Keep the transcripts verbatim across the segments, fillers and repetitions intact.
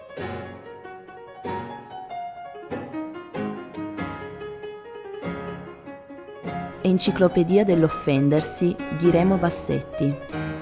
Enciclopedia dell'offendersi di Remo Bassetti.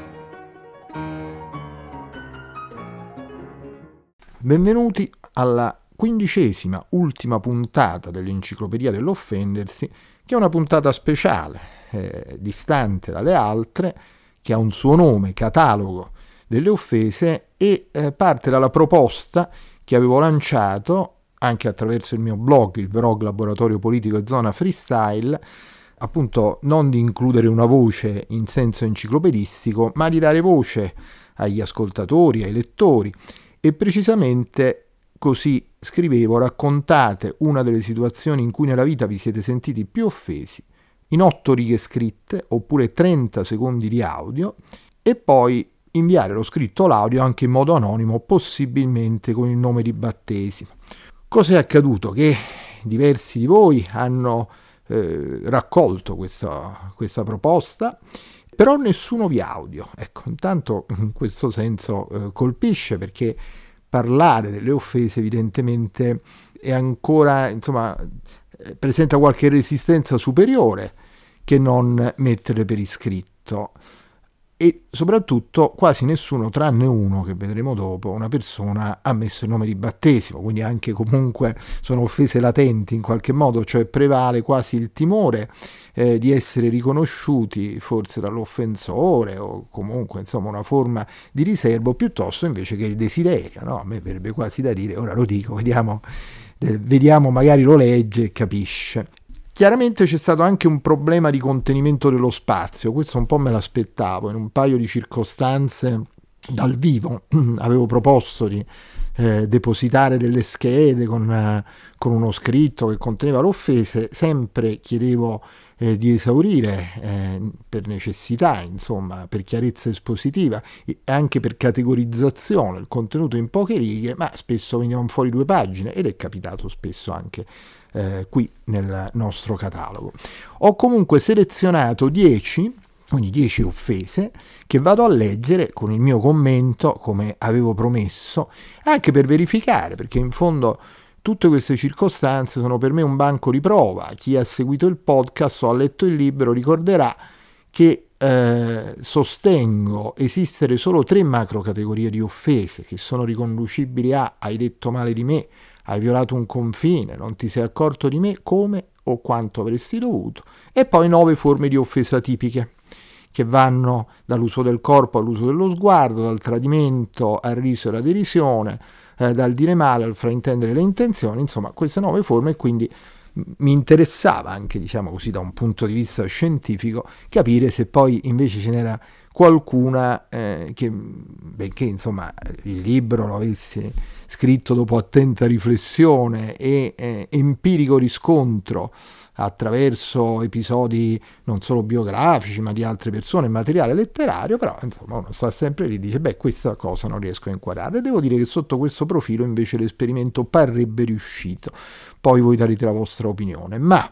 Benvenuti alla quindicesima, ultima puntata dell'Enciclopedia dell'offendersi, che è una puntata speciale, eh, distante dalle altre, che ha un suo nome, Catalogo delle offese, e eh, parte dalla proposta che avevo lanciato anche attraverso il mio blog, il Vrog Laboratorio Politico e Zona Freestyle, appunto non di includere una voce in senso enciclopedistico, ma di dare voce agli ascoltatori, ai lettori, e precisamente così scrivevo: raccontate una delle situazioni in cui nella vita vi siete sentiti più offesi, in otto righe scritte oppure trenta secondi di audio, e poi inviare lo scritto o l'audio anche in modo anonimo, possibilmente con il nome di battesimo. Cos'è accaduto? Che diversi di voi hanno eh, raccolto questa, questa proposta, però nessuno via audio. Ecco, intanto in questo senso eh, colpisce, perché parlare delle offese evidentemente è ancora, insomma, eh, presenta qualche resistenza superiore che non mettere per iscritto. E soprattutto quasi nessuno, tranne uno che vedremo dopo, una persona, ha messo il nome di battesimo, quindi anche comunque sono offese latenti in qualche modo, cioè prevale quasi il timore eh, di essere riconosciuti forse dall'offensore, o comunque insomma una forma di riservo, piuttosto invece che il desiderio, no? A me verrebbe quasi da dire, ora lo dico, vediamo, eh, vediamo magari lo legge e capisce. Chiaramente c'è stato anche un problema di contenimento dello spazio, questo un po' me l'aspettavo, in un paio di circostanze dal vivo avevo proposto di eh, depositare delle schede con, eh, con uno scritto che conteneva le offese, sempre chiedevo eh, di esaurire eh, per necessità, insomma, per chiarezza espositiva e anche per categorizzazione il contenuto in poche righe, ma spesso venivano fuori due pagine, ed è capitato spesso anche Eh, qui nel nostro catalogo. Ho comunque selezionato dieci, quindi dieci offese, che vado a leggere con il mio commento, come avevo promesso, anche per verificare, perché in fondo tutte queste circostanze sono per me un banco di prova. Chi ha seguito il podcast o ha letto il libro ricorderà che eh, sostengo esistere solo tre macro categorie di offese che sono riconducibili a: hai detto male di me, hai violato un confine, non ti sei accorto di me come o quanto avresti dovuto, e poi nove forme di offesa tipiche, che vanno dall'uso del corpo all'uso dello sguardo, dal tradimento al riso e alla derisione, eh, dal dire male al fraintendere le intenzioni, insomma queste nove forme. Quindi mi interessava anche, diciamo così, da un punto di vista scientifico, capire se poi invece ce n'era qualcuna eh, che, benché insomma il libro lo avessi scritto dopo attenta riflessione e eh, empirico riscontro attraverso episodi non solo biografici ma di altre persone, materiale letterario, però insomma uno sta sempre lì e dice beh, questa cosa non riesco a inquadrare. Devo dire che sotto questo profilo invece l'esperimento parrebbe riuscito, poi voi darete la vostra opinione. Ma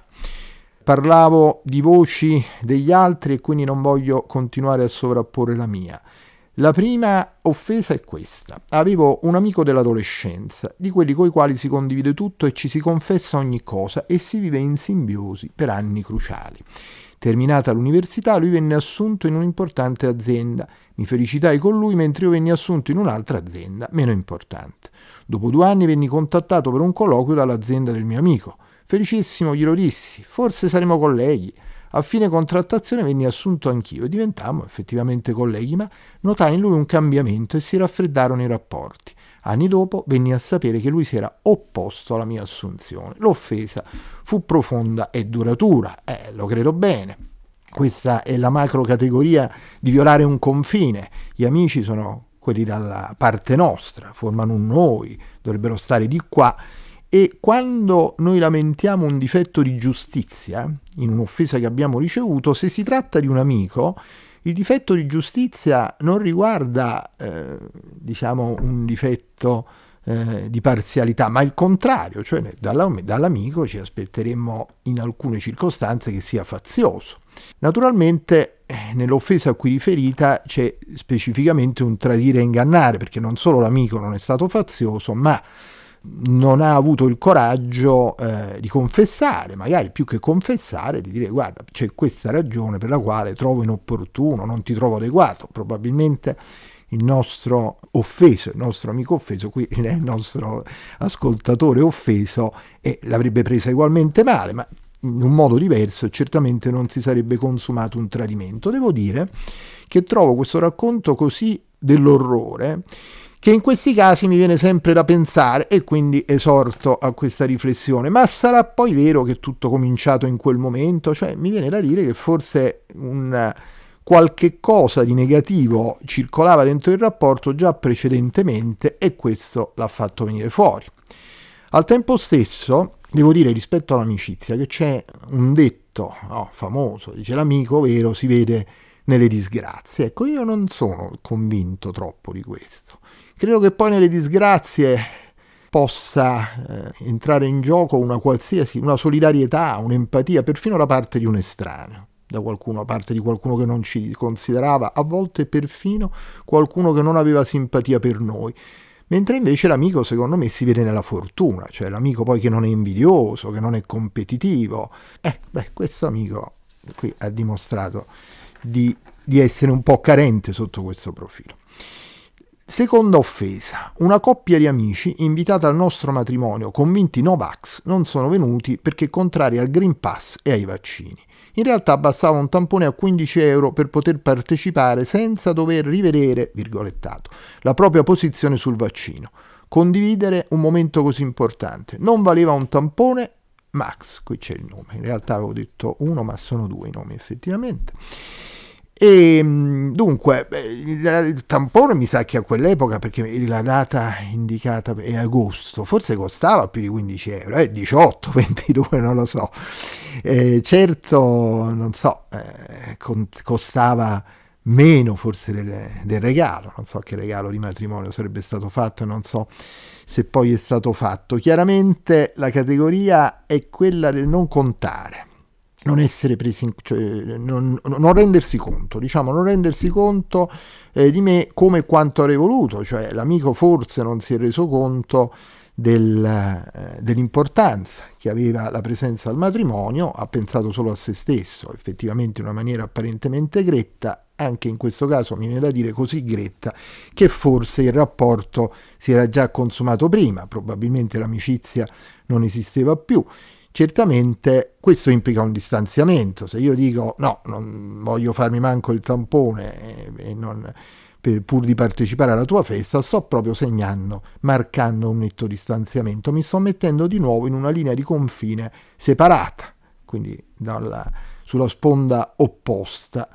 parlavo di voci degli altri e quindi non voglio continuare a sovrapporre la mia. La prima offesa è questa: avevo un amico dell'adolescenza, di quelli coi quali si condivide tutto e ci si confessa ogni cosa e si vive in simbiosi per anni cruciali. Terminata l'università, lui venne assunto in un'importante azienda. Mi felicitai con lui mentre io venni assunto in un'altra azienda meno importante. Dopo due anni venni contattato per un colloquio dall'azienda del mio amico. Felicissimo glielo dissi, forse saremo colleghi. A fine contrattazione venni assunto anch'io e diventammo effettivamente colleghi, ma notai in lui un cambiamento e si raffreddarono i rapporti. Anni dopo venni a sapere che lui si era opposto alla mia assunzione. L'offesa fu profonda e duratura, eh, lo credo bene. Questa è la macro categoria di violare un confine. Gli amici sono quelli dalla parte nostra, formano un noi, dovrebbero stare di qua. E quando noi lamentiamo un difetto di giustizia in un'offesa che abbiamo ricevuto, se si tratta di un amico, il difetto di giustizia non riguarda eh, diciamo un difetto eh, di parzialità, ma il contrario, cioè dall'amico ci aspetteremmo in alcune circostanze che sia fazioso. Naturalmente nell'offesa a cui riferita c'è specificamente un tradire e ingannare, perché non solo l'amico non è stato fazioso, ma non ha avuto il coraggio eh, di confessare, magari più che confessare, di dire guarda c'è questa ragione per la quale trovo inopportuno, non ti trovo adeguato. Probabilmente il nostro offeso, il nostro amico offeso, qui il nostro ascoltatore offeso, e l'avrebbe presa ugualmente male, ma in un modo diverso, certamente non si sarebbe consumato un tradimento. Devo dire che trovo questo racconto così dell'orrore che in questi casi mi viene sempre da pensare, e quindi esorto a questa riflessione: ma sarà poi vero che tutto cominciato in quel momento? Cioè mi viene da dire che forse un qualche cosa di negativo circolava dentro il rapporto già precedentemente e questo l'ha fatto venire fuori. Al tempo stesso devo dire, rispetto all'amicizia, che c'è un detto no, famoso, dice l'amico vero si vede nelle disgrazie. Ecco, io non sono convinto troppo di questo. Credo che poi nelle disgrazie possa eh, entrare in gioco una qualsiasi, una solidarietà, un'empatia, perfino da parte di un estraneo, da qualcuno, da parte di qualcuno che non ci considerava, a volte perfino qualcuno che non aveva simpatia per noi. Mentre invece l'amico, secondo me, si vede nella fortuna, cioè l'amico poi che non è invidioso, che non è competitivo. Eh, beh, questo amico qui ha dimostrato di, di essere un po' carente sotto questo profilo. Seconda offesa: una coppia di amici invitata al nostro matrimonio, convinti Novax, non sono venuti perché contrari al Green Pass e ai vaccini. In realtà bastava un tampone a quindici euro per poter partecipare senza dover rivedere, virgolettato, la propria posizione sul vaccino. Condividere un momento così importante. Non valeva un tampone? Max, qui c'è il nome. In realtà avevo detto uno, ma sono due i nomi effettivamente. E dunque il, il tampone mi sa che a quell'epoca, perché la data indicata è agosto, forse costava più di quindici euro, eh, diciotto, ventidue, non lo so. Eh, certo, non so, eh, costava meno forse del, del regalo, non so che regalo di matrimonio sarebbe stato fatto, non so se poi è stato fatto. Chiaramente la categoria è quella del non contare. Non essere presi in, cioè, non, non rendersi conto, diciamo, non rendersi conto eh, di me come quanto avrei voluto, cioè l'amico forse non si è reso conto del, eh, dell'importanza che aveva la presenza al matrimonio, ha pensato solo a se stesso, effettivamente in una maniera apparentemente gretta, anche in questo caso mi viene da dire così gretta che forse il rapporto si era già consumato prima, probabilmente l'amicizia non esisteva più. Certamente questo implica un distanziamento. Se io dico no, non voglio farmi manco il tampone e, e non, per, pur di partecipare alla tua festa, sto proprio segnando, marcando un netto distanziamento, mi sto mettendo di nuovo in una linea di confine separata, quindi dalla, sulla sponda opposta.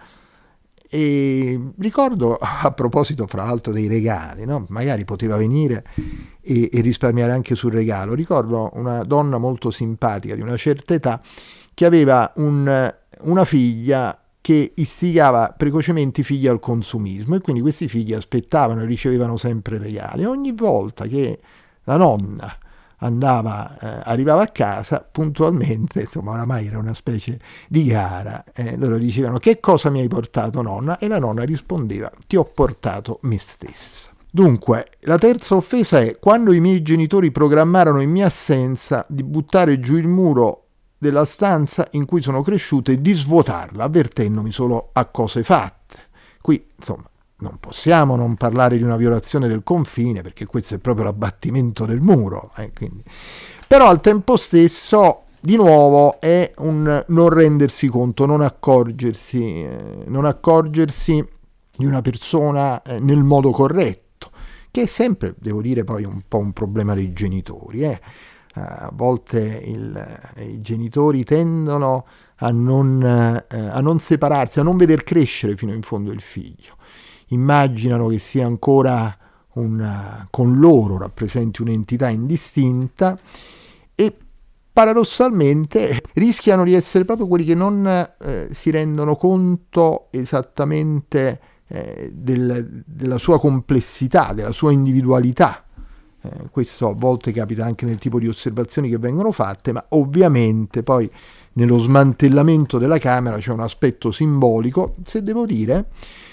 E ricordo, a proposito fra l'altro dei regali, no? Magari poteva venire e, e risparmiare anche sul regalo, ricordo una donna molto simpatica di una certa età che aveva un, una figlia che istigava precocemente i figli al consumismo, e quindi questi figli aspettavano e ricevevano sempre regali. Ogni volta che la nonna andava, eh, arrivava a casa puntualmente, insomma oramai era una specie di gara, eh, loro dicevano che cosa mi hai portato nonna, e la nonna rispondeva ti ho portato me stessa. Dunque la terza offesa è quando i miei genitori programmarono in mia assenza di buttare giù il muro della stanza in cui sono cresciuto e di svuotarla, avvertendomi solo a cose fatte. Qui insomma non possiamo non parlare di una violazione del confine, perché questo è proprio l'abbattimento del muro. Eh, quindi. Però al tempo stesso, di nuovo, è un non rendersi conto, non accorgersi, eh, non accorgersi di una persona eh, nel modo corretto, che è sempre, devo dire, poi un po' un problema dei genitori. Eh. A volte il, i genitori tendono a non, eh, a non separarsi, a non veder crescere fino in fondo il figlio. Immaginano che sia ancora una, con loro rappresenti un'entità indistinta, e paradossalmente rischiano di essere proprio quelli che non eh, si rendono conto esattamente eh, del, della sua complessità, della sua individualità. Eh, questo a volte capita anche nel tipo di osservazioni che vengono fatte, ma ovviamente poi nello smantellamento della camera c'è un aspetto simbolico. Se devo dire,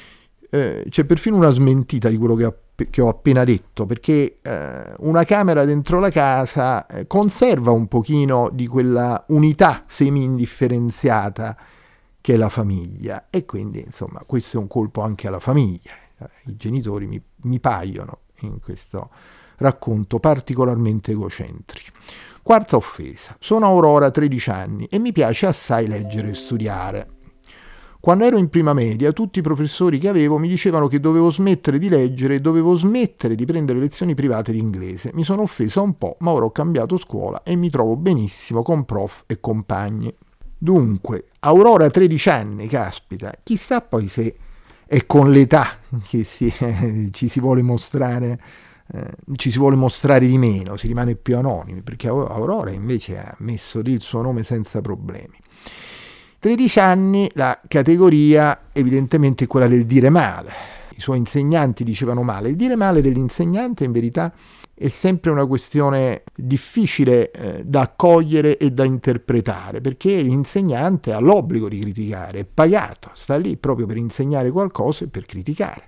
eh, c'è perfino una smentita di quello che, che ho appena detto, perché eh, una camera dentro la casa eh, conserva un pochino di quella unità semi-indifferenziata che è la famiglia, e quindi insomma questo è un colpo anche alla famiglia. I genitori mi, mi paiono in questo racconto particolarmente egocentrici. Quarta offesa. Sono Aurora, tredici anni, e mi piace assai leggere e studiare. Quando ero in prima media, tutti i professori che avevo mi dicevano che dovevo smettere di leggere e dovevo smettere di prendere lezioni private di inglese. Mi sono offesa un po', ma ora ho cambiato scuola e mi trovo benissimo con prof e compagni. Dunque, Aurora, tredici anni, caspita, chissà poi se è con l'età che si, eh, ci si vuole mostrare Eh, ci si vuole mostrare di meno, si rimane più anonimi, perché Aurora invece ha messo lì il suo nome senza problemi. tredici anni, la categoria evidentemente è quella del dire male. I suoi insegnanti dicevano male. Il dire male dell'insegnante in verità è sempre una questione difficile eh, da accogliere e da interpretare, perché l'insegnante ha l'obbligo di criticare, è pagato, sta lì proprio per insegnare qualcosa e per criticare.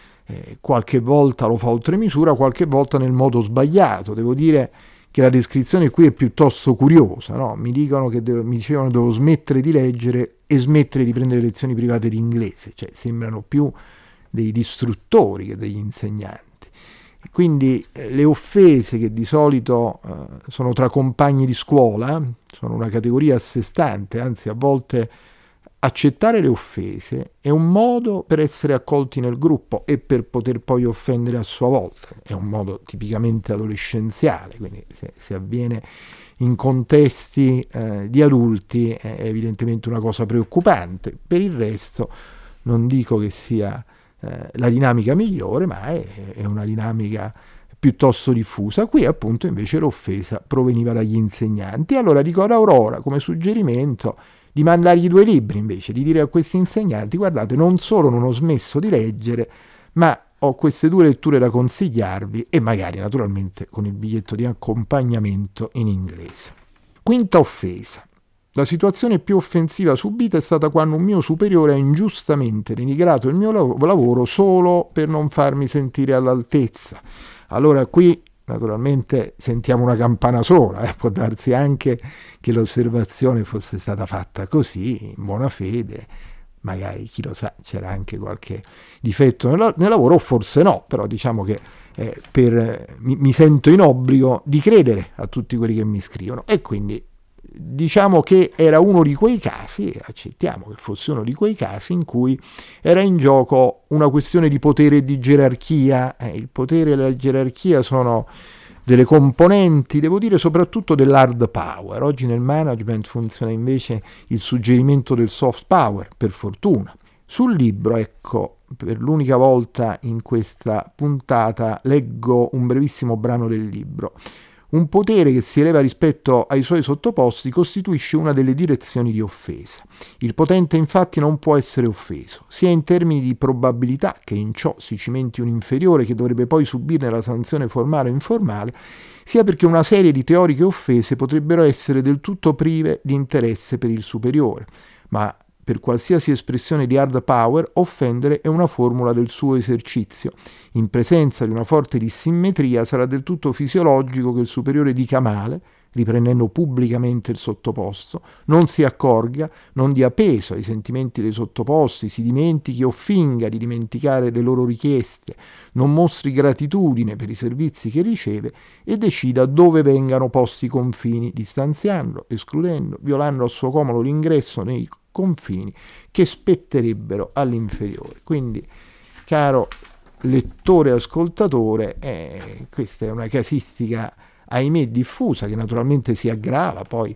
Eh, qualche volta lo fa oltre misura, qualche volta nel modo sbagliato. Devo dire che la descrizione qui è piuttosto curiosa, no? Mi dicono che devo, mi dicevano che devo smettere di leggere e smettere di prendere lezioni private di inglese, cioè sembrano più dei distruttori che degli insegnanti. Quindi eh, le offese, che di solito eh, sono tra compagni di scuola, sono una categoria a sé stante, anzi a volte accettare le offese è un modo per essere accolti nel gruppo e per poter poi offendere a sua volta. È un modo tipicamente adolescenziale, quindi se, se avviene in contesti eh, di adulti è evidentemente una cosa preoccupante. Per il resto non dico che sia eh, la dinamica migliore, ma è, è una dinamica piuttosto diffusa. Qui appunto invece l'offesa proveniva dagli insegnanti. Allora dico ad Aurora come suggerimento di mandargli due libri, invece di dire a questi insegnanti: guardate, non solo non ho smesso di leggere, ma ho queste due letture da consigliarvi, e magari naturalmente con il biglietto di accompagnamento in inglese. Quinta offesa. La situazione più offensiva subita è stata quando un mio superiore ha ingiustamente denigrato il mio lavoro solo per non farmi sentire all'altezza. Allora qui naturalmente sentiamo una campana sola, eh. Può darsi anche che l'osservazione fosse stata fatta così, in buona fede, magari chi lo sa, c'era anche qualche difetto nel, nel lavoro, o forse no, però diciamo che eh, per, mi, mi sento in obbligo di credere a tutti quelli che mi scrivono, e quindi diciamo che era uno di quei casi, e accettiamo che fosse uno di quei casi, in cui era in gioco una questione di potere e di gerarchia. Eh, il potere e la gerarchia sono delle componenti, devo dire, soprattutto dell'hard power. Oggi nel management funziona invece il suggerimento del soft power, per fortuna. Sul libro, ecco, per l'unica volta in questa puntata leggo un brevissimo brano del libro. Un potere che si eleva rispetto ai suoi sottoposti costituisce una delle direzioni di offesa. Il potente infatti non può essere offeso, sia in termini di probabilità che in ciò si cimenti un inferiore che dovrebbe poi subirne la sanzione formale o informale, sia perché una serie di teoriche offese potrebbero essere del tutto prive di interesse per il superiore. Ma per qualsiasi espressione di hard power, offendere è una formula del suo esercizio. In presenza di una forte dissimmetria sarà del tutto fisiologico che il superiore dica male, riprendendo pubblicamente il sottoposto, non si accorga, non dia peso ai sentimenti dei sottoposti, si dimentichi o finga di dimenticare le loro richieste, non mostri gratitudine per i servizi che riceve e decida dove vengano posti i confini, distanziando, escludendo, violando a suo comodo l'ingresso nei confini che spetterebbero all'inferiore. Quindi, caro lettore e ascoltatore, eh, questa è una casistica ahimè diffusa, che naturalmente si aggrava poi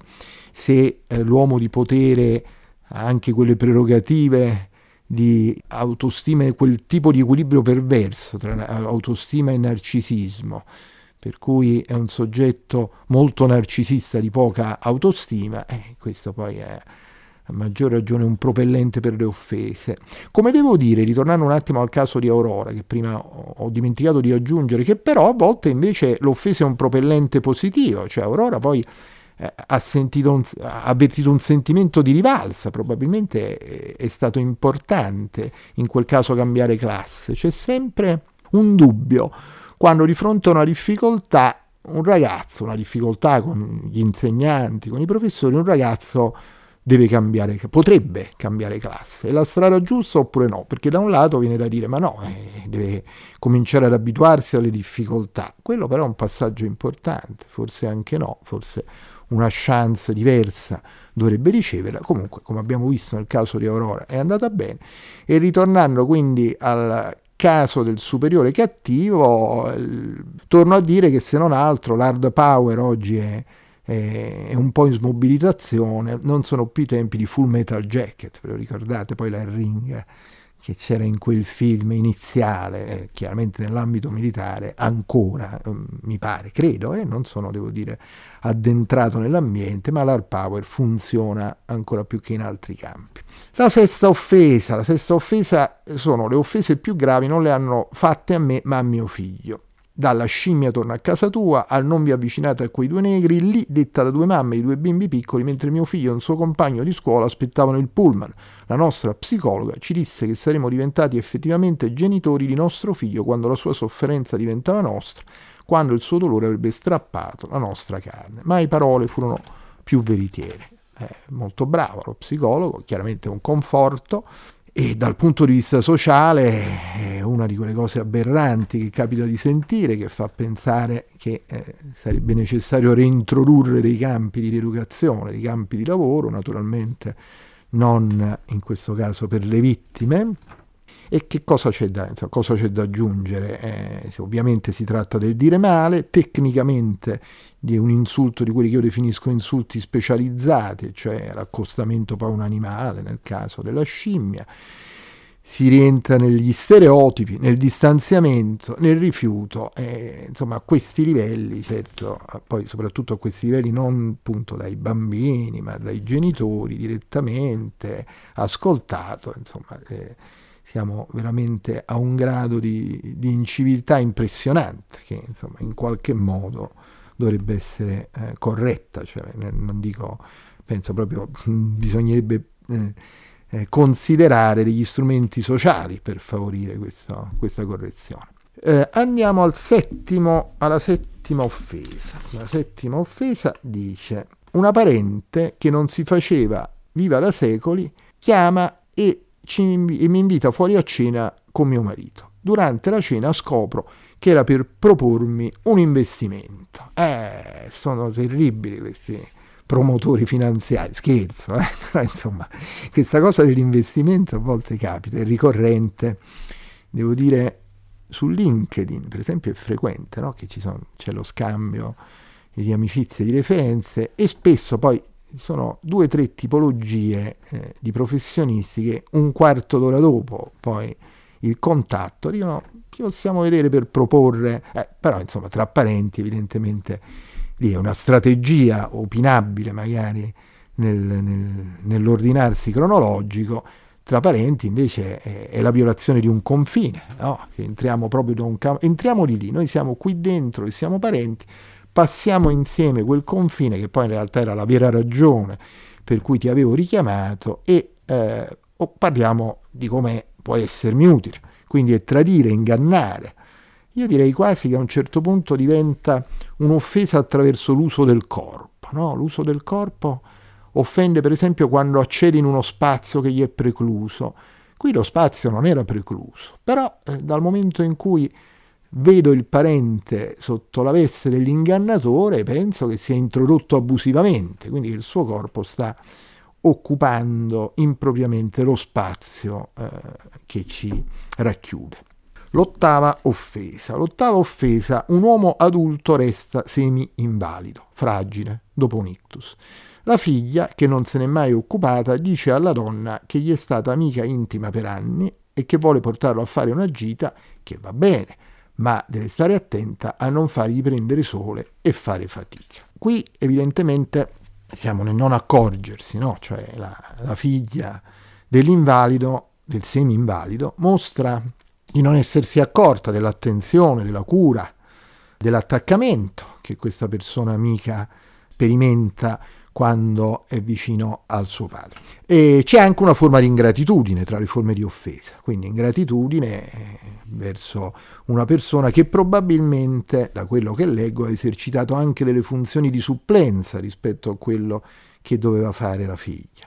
se eh, l'uomo di potere ha anche quelle prerogative di autostima e quel tipo di equilibrio perverso tra autostima e narcisismo, per cui è un soggetto molto narcisista di poca autostima, e eh, questo poi è a maggior ragione un propellente per le offese. Come devo dire, ritornando un attimo al caso di Aurora, che prima ho dimenticato di aggiungere, che però a volte invece l'offesa è un propellente positivo, cioè Aurora poi eh, ha, sentito un, ha avvertito un sentimento di rivalsa, probabilmente è, è stato importante in quel caso cambiare classe. C'è sempre un dubbio quando di fronte a una difficoltà, un ragazzo, una difficoltà con gli insegnanti, con i professori, un ragazzo deve cambiare, potrebbe cambiare classe. È la strada giusta oppure no? Perché da un lato viene da dire ma no, eh, deve cominciare ad abituarsi alle difficoltà. Quello però è un passaggio importante, forse anche no, forse una chance diversa dovrebbe riceverla. Comunque, come abbiamo visto nel caso di Aurora, è andata bene. E ritornando quindi al caso del superiore cattivo, eh, torno a dire che se non altro l'hard power oggi è è un po' in smobilitazione, non sono più i tempi di Full Metal Jacket, ve lo ricordate? Poi la ring che c'era in quel film iniziale, eh, chiaramente nell'ambito militare, ancora, eh, mi pare, credo, eh, non sono, devo dire, addentrato nell'ambiente, ma l'hard power funziona ancora più che in altri campi. La sesta offesa, la sesta offesa sono le offese più gravi, non le hanno fatte a me, ma a mio figlio. Dalla scimmia torna a casa tua, al non vi avvicinate a quei due negri, lì detta da due mamme di due bimbi piccoli, mentre mio figlio e un suo compagno di scuola aspettavano il pullman. La nostra psicologa ci disse che saremmo diventati effettivamente genitori di nostro figlio quando la sua sofferenza diventava nostra, quando il suo dolore avrebbe strappato la nostra carne. Mai parole furono più veritiere. Eh, molto bravo lo psicologo, chiaramente un conforto. E dal punto di vista sociale è una di quelle cose aberranti che capita di sentire, che fa pensare che eh, sarebbe necessario reintrodurre dei campi di rieducazione, dei campi di lavoro, naturalmente non in questo caso per le vittime. E che cosa c'è da, insomma, cosa c'è da aggiungere? Eh, ovviamente si tratta del dire male, tecnicamente di un insulto di quelli che io definisco insulti specializzati, cioè l'accostamento poi a un animale, nel caso della scimmia. Si rientra negli stereotipi, nel distanziamento, nel rifiuto, eh, insomma a questi livelli, certo, poi soprattutto a questi livelli non appunto dai bambini, ma dai genitori direttamente, ascoltato, insomma... Eh, siamo veramente a un grado di, di inciviltà impressionante che insomma in qualche modo dovrebbe essere eh, corretta, cioè, non dico, penso proprio bisognerebbe eh, eh, considerare degli strumenti sociali per favorire questo, questa correzione. Eh, andiamo al settimo, alla settima offesa. La settima offesa dice: una parente che non si faceva viva da secoli chiama e Ci, e mi invita fuori a cena con mio marito. Durante la cena scopro che era per propormi un investimento. Eh, sono terribili questi promotori finanziari, scherzo, eh? Però insomma, questa cosa dell'investimento a volte capita, è ricorrente, devo dire, su LinkedIn, per esempio, è frequente, no? Che ci sono, c'è lo scambio di amicizie, di referenze, e spesso poi sono due o tre tipologie eh, di professionisti che un quarto d'ora dopo poi il contatto dicono ci possiamo vedere per proporre, eh, però insomma tra parenti evidentemente lì è una strategia opinabile magari nel, nel, nell'ordinarsi cronologico, tra parenti invece è, è la violazione di un confine, no? Che entriamo proprio da un campo, entriamo di lì, noi siamo qui dentro e siamo parenti, passiamo insieme quel confine che poi in realtà era la vera ragione per cui ti avevo richiamato e eh, parliamo di come può essermi utile. Quindi è tradire, ingannare. Io direi quasi che a un certo punto diventa un'offesa attraverso l'uso del corpo, no? L'uso del corpo offende per esempio quando accede in uno spazio che gli è precluso. Qui lo spazio non era precluso, però eh, dal momento in cui vedo il parente sotto la veste dell'ingannatore, penso che sia introdotto abusivamente, quindi che il suo corpo sta occupando impropriamente lo spazio eh, che ci racchiude. L'ottava offesa. L'ottava offesa: un uomo adulto resta semi-invalido, fragile, dopo un ictus. La figlia, che non se n'è mai occupata, dice alla donna che gli è stata amica intima per anni e che vuole portarlo a fare una gita, che va bene, ma deve stare attenta a non fargli prendere sole e fare fatica. Qui evidentemente siamo nel non accorgersi, no? Cioè la, la figlia dell'invalido, del semi-invalido, mostra di non essersi accorta dell'attenzione, della cura, dell'attaccamento che questa persona amica sperimenta quando è vicino al suo padre. E c'è anche una forma di ingratitudine tra le forme di offesa, quindi ingratitudine verso una persona che probabilmente, da quello che leggo, ha esercitato anche delle funzioni di supplenza rispetto a quello che doveva fare la figlia.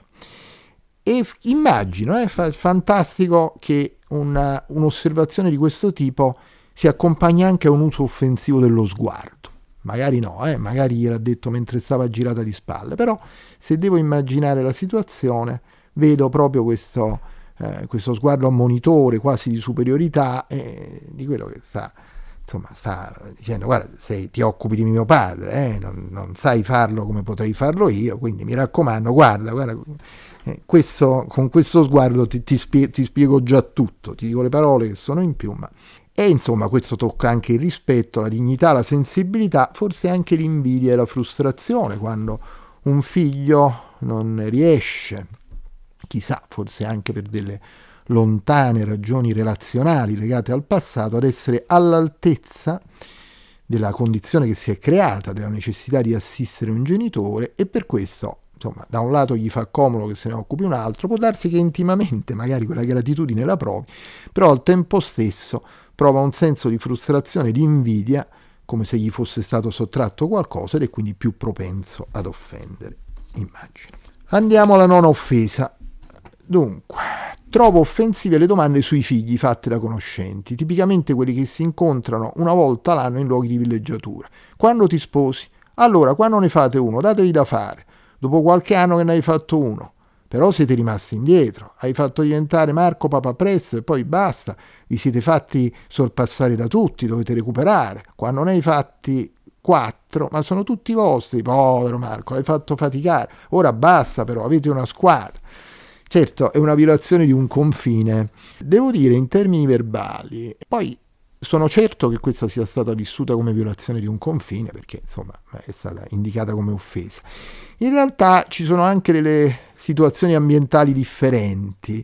E immagino, è eh, fantastico che una, un'osservazione di questo tipo si accompagni anche a un uso offensivo dello sguardo. Magari no, eh, magari gliel'ha detto mentre stava girata di spalle, però se devo immaginare la situazione vedo proprio questo, eh, questo sguardo ammonitore, quasi di superiorità, eh, di quello che sta, insomma, sta dicendo: guarda, se ti occupi di mio padre, eh, non, non sai farlo come potrei farlo io, quindi mi raccomando, guarda, guarda, eh, questo, con questo sguardo ti, ti, spie- ti spiego già tutto, ti dico le parole che sono in più, ma... E insomma questo tocca anche il rispetto, la dignità, la sensibilità, forse anche l'invidia e la frustrazione quando un figlio non riesce, chissà, forse anche per delle lontane ragioni relazionali legate al passato, ad essere all'altezza della condizione che si è creata, della necessità di assistere un genitore, e per questo, insomma, da un lato gli fa comodo che se ne occupi un altro, può darsi che intimamente magari quella gratitudine la provi, però al tempo stesso prova un senso di frustrazione, di invidia, come se gli fosse stato sottratto qualcosa, ed è quindi più propenso ad offendere, immagino. Andiamo alla nona offesa. Dunque, trovo offensive le domande sui figli fatte da conoscenti, tipicamente quelli che si incontrano una volta l'anno in luoghi di villeggiatura. Quando ti sposi? Allora, quando ne fate uno, datevi da fare. Dopo qualche anno che ne hai fatto uno. Però siete rimasti indietro, hai fatto diventare Marco papà presto e poi basta, vi siete fatti sorpassare da tutti, dovete recuperare. Quando ne hai fatti quattro, ma sono tutti vostri, povero Marco, l'hai fatto faticare, ora basta però, avete una squadra. Certo, è una violazione di un confine, devo dire in termini verbali, poi sono certo che questa sia stata vissuta come violazione di un confine, perché insomma è stata indicata come offesa. In realtà ci sono anche delle situazioni ambientali differenti.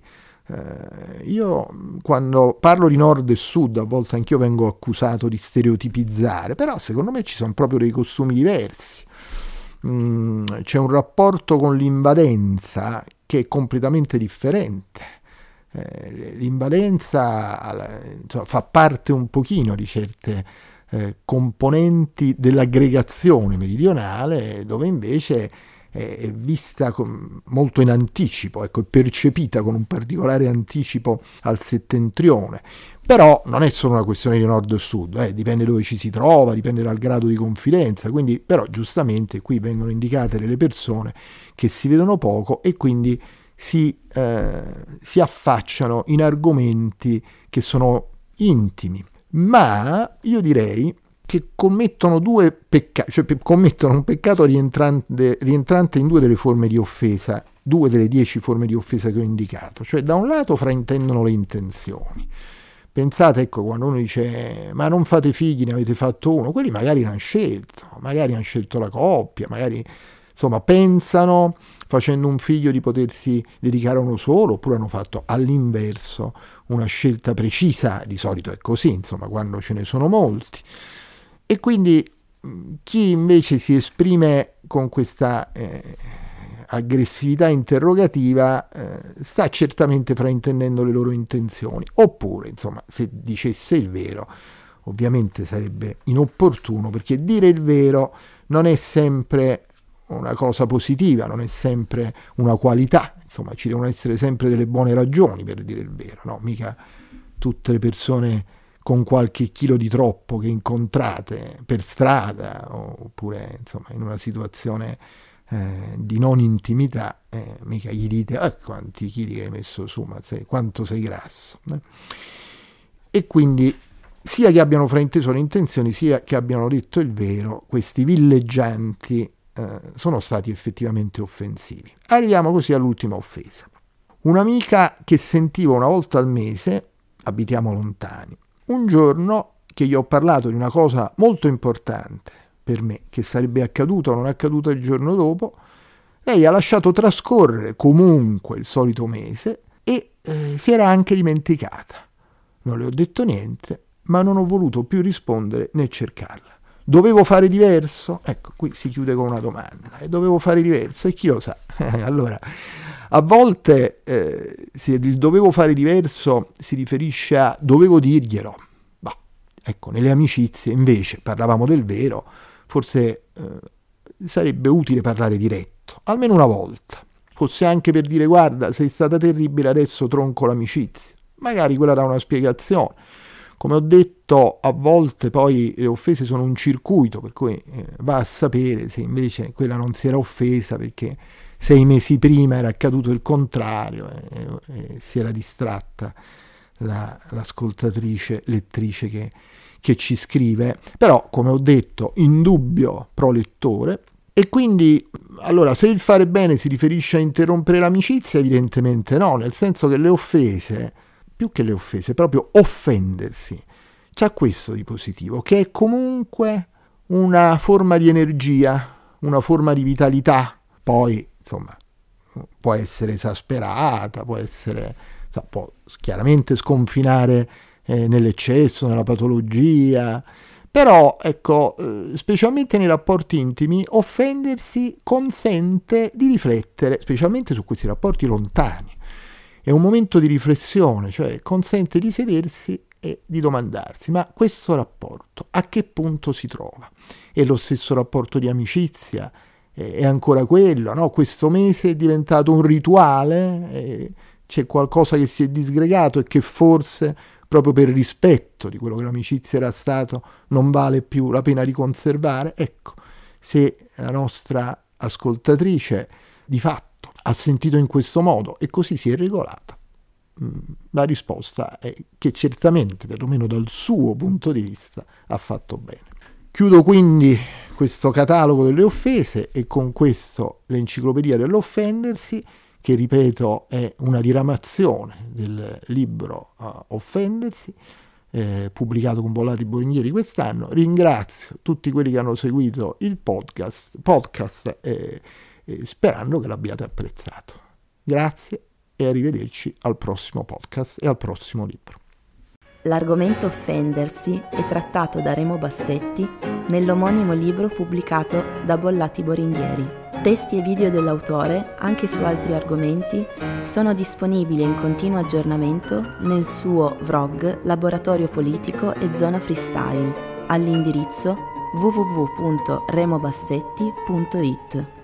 Eh, io quando parlo di nord e sud a volte anch'io vengo accusato di stereotipizzare, però secondo me ci sono proprio dei costumi diversi. Mm, c'è un rapporto con l'invadenza che è completamente differente. Eh, l'invadenza insomma, fa parte un pochino di certe eh, componenti dell'aggregazione meridionale, dove invece è, è vista con, molto in anticipo, ecco, è percepita con un particolare anticipo al settentrione. Però non è solo una questione di nord e sud, eh, dipende dove ci si trova, dipende dal grado di confidenza, quindi però giustamente qui vengono indicate delle persone che si vedono poco e quindi Si, eh, si affacciano in argomenti che sono intimi, ma io direi che commettono due peccati, cioè commettono un peccato rientrante, rientrante in due delle forme di offesa, due delle dieci forme di offesa che ho indicato, cioè da un lato fraintendono le intenzioni. Pensate, ecco, quando uno dice ma non fate figli, ne avete fatto uno, quelli magari l'hanno scelto, magari hanno scelto la coppia, magari insomma pensano facendo un figlio di potersi dedicare a uno solo, oppure hanno fatto all'inverso una scelta precisa, di solito è così, insomma, quando ce ne sono molti. E quindi chi invece si esprime con questa eh, aggressività interrogativa eh, sta certamente fraintendendo le loro intenzioni, oppure, insomma, se dicesse il vero, ovviamente sarebbe inopportuno, perché dire il vero non è sempre una cosa positiva, non è sempre una qualità, insomma ci devono essere sempre delle buone ragioni per dire il vero, no? Mica tutte le persone con qualche chilo di troppo che incontrate per strada oppure insomma in una situazione eh, di non intimità, eh, mica gli dite eh, quanti chili che hai messo su, ma sei, quanto sei grasso. Eh? E quindi sia che abbiano frainteso le intenzioni, sia che abbiano detto il vero, questi villeggianti Eh, sono stati effettivamente offensivi. Arriviamo così all'ultima offesa. Un'amica che sentivo una volta al mese, abitiamo lontani, un giorno che gli ho parlato di una cosa molto importante per me, che sarebbe accaduta o non accaduta il giorno dopo, lei ha lasciato trascorrere comunque il solito mese e eh, si era anche dimenticata. Non le ho detto niente, ma non ho voluto più rispondere né cercarla. Dovevo fare diverso? Ecco, qui si chiude con una domanda. E dovevo fare diverso? E chi lo sa? Allora, a volte eh, se il dovevo fare diverso si riferisce a dovevo dirglielo. Bah, ecco, nelle amicizie invece, parlavamo del vero, forse eh, sarebbe utile parlare diretto, almeno una volta. Fosse anche per dire guarda, sei stata terribile, adesso tronco l'amicizia. Magari quella era una spiegazione. Come ho detto, a volte poi le offese sono un circuito, per cui eh, va a sapere se invece quella non si era offesa perché sei mesi prima era accaduto il contrario e, e si era distratta la, l'ascoltatrice, lettrice che, che ci scrive. Però, come ho detto, indubbio prolettore. E quindi, allora, se il fare bene si riferisce a interrompere l'amicizia, evidentemente no, nel senso che le offese, più che le offese, proprio offendersi, c'ha questo di positivo, che è comunque una forma di energia, una forma di vitalità. Poi, insomma, può essere esasperata, può essere, può chiaramente sconfinare eh, nell'eccesso, nella patologia, però, ecco, eh, specialmente nei rapporti intimi, offendersi consente di riflettere, specialmente su questi rapporti lontani. È un momento di riflessione, cioè consente di sedersi e di domandarsi, ma questo rapporto a che punto si trova? È lo stesso rapporto di amicizia? È ancora quello, no? Questo mese è diventato un rituale? E c'è qualcosa che si è disgregato e che forse, proprio per rispetto di quello che l'amicizia era stato, non vale più la pena di conservare? Ecco, se la nostra ascoltatrice di fatto ha sentito in questo modo e così si è regolata, la risposta è che certamente, perlomeno dal suo punto di vista, ha fatto bene. Chiudo quindi questo catalogo delle offese e con questo l'enciclopedia dell'offendersi, che ripeto è una diramazione del libro uh, Offendersi, eh, pubblicato con Bollati Boringhieri quest'anno. Ringrazio tutti quelli che hanno seguito il podcast, podcast eh, eh, sperando che l'abbiate apprezzato. Grazie e arrivederci al prossimo podcast e al prossimo libro. L'argomento offendersi è trattato da Remo Bassetti nell'omonimo libro pubblicato da Bollati Boringhieri. Testi e video dell'autore, anche su altri argomenti, sono disponibili in continuo aggiornamento nel suo vlog Laboratorio Politico e Zona Freestyle all'indirizzo w w w punto remobassetti punto it.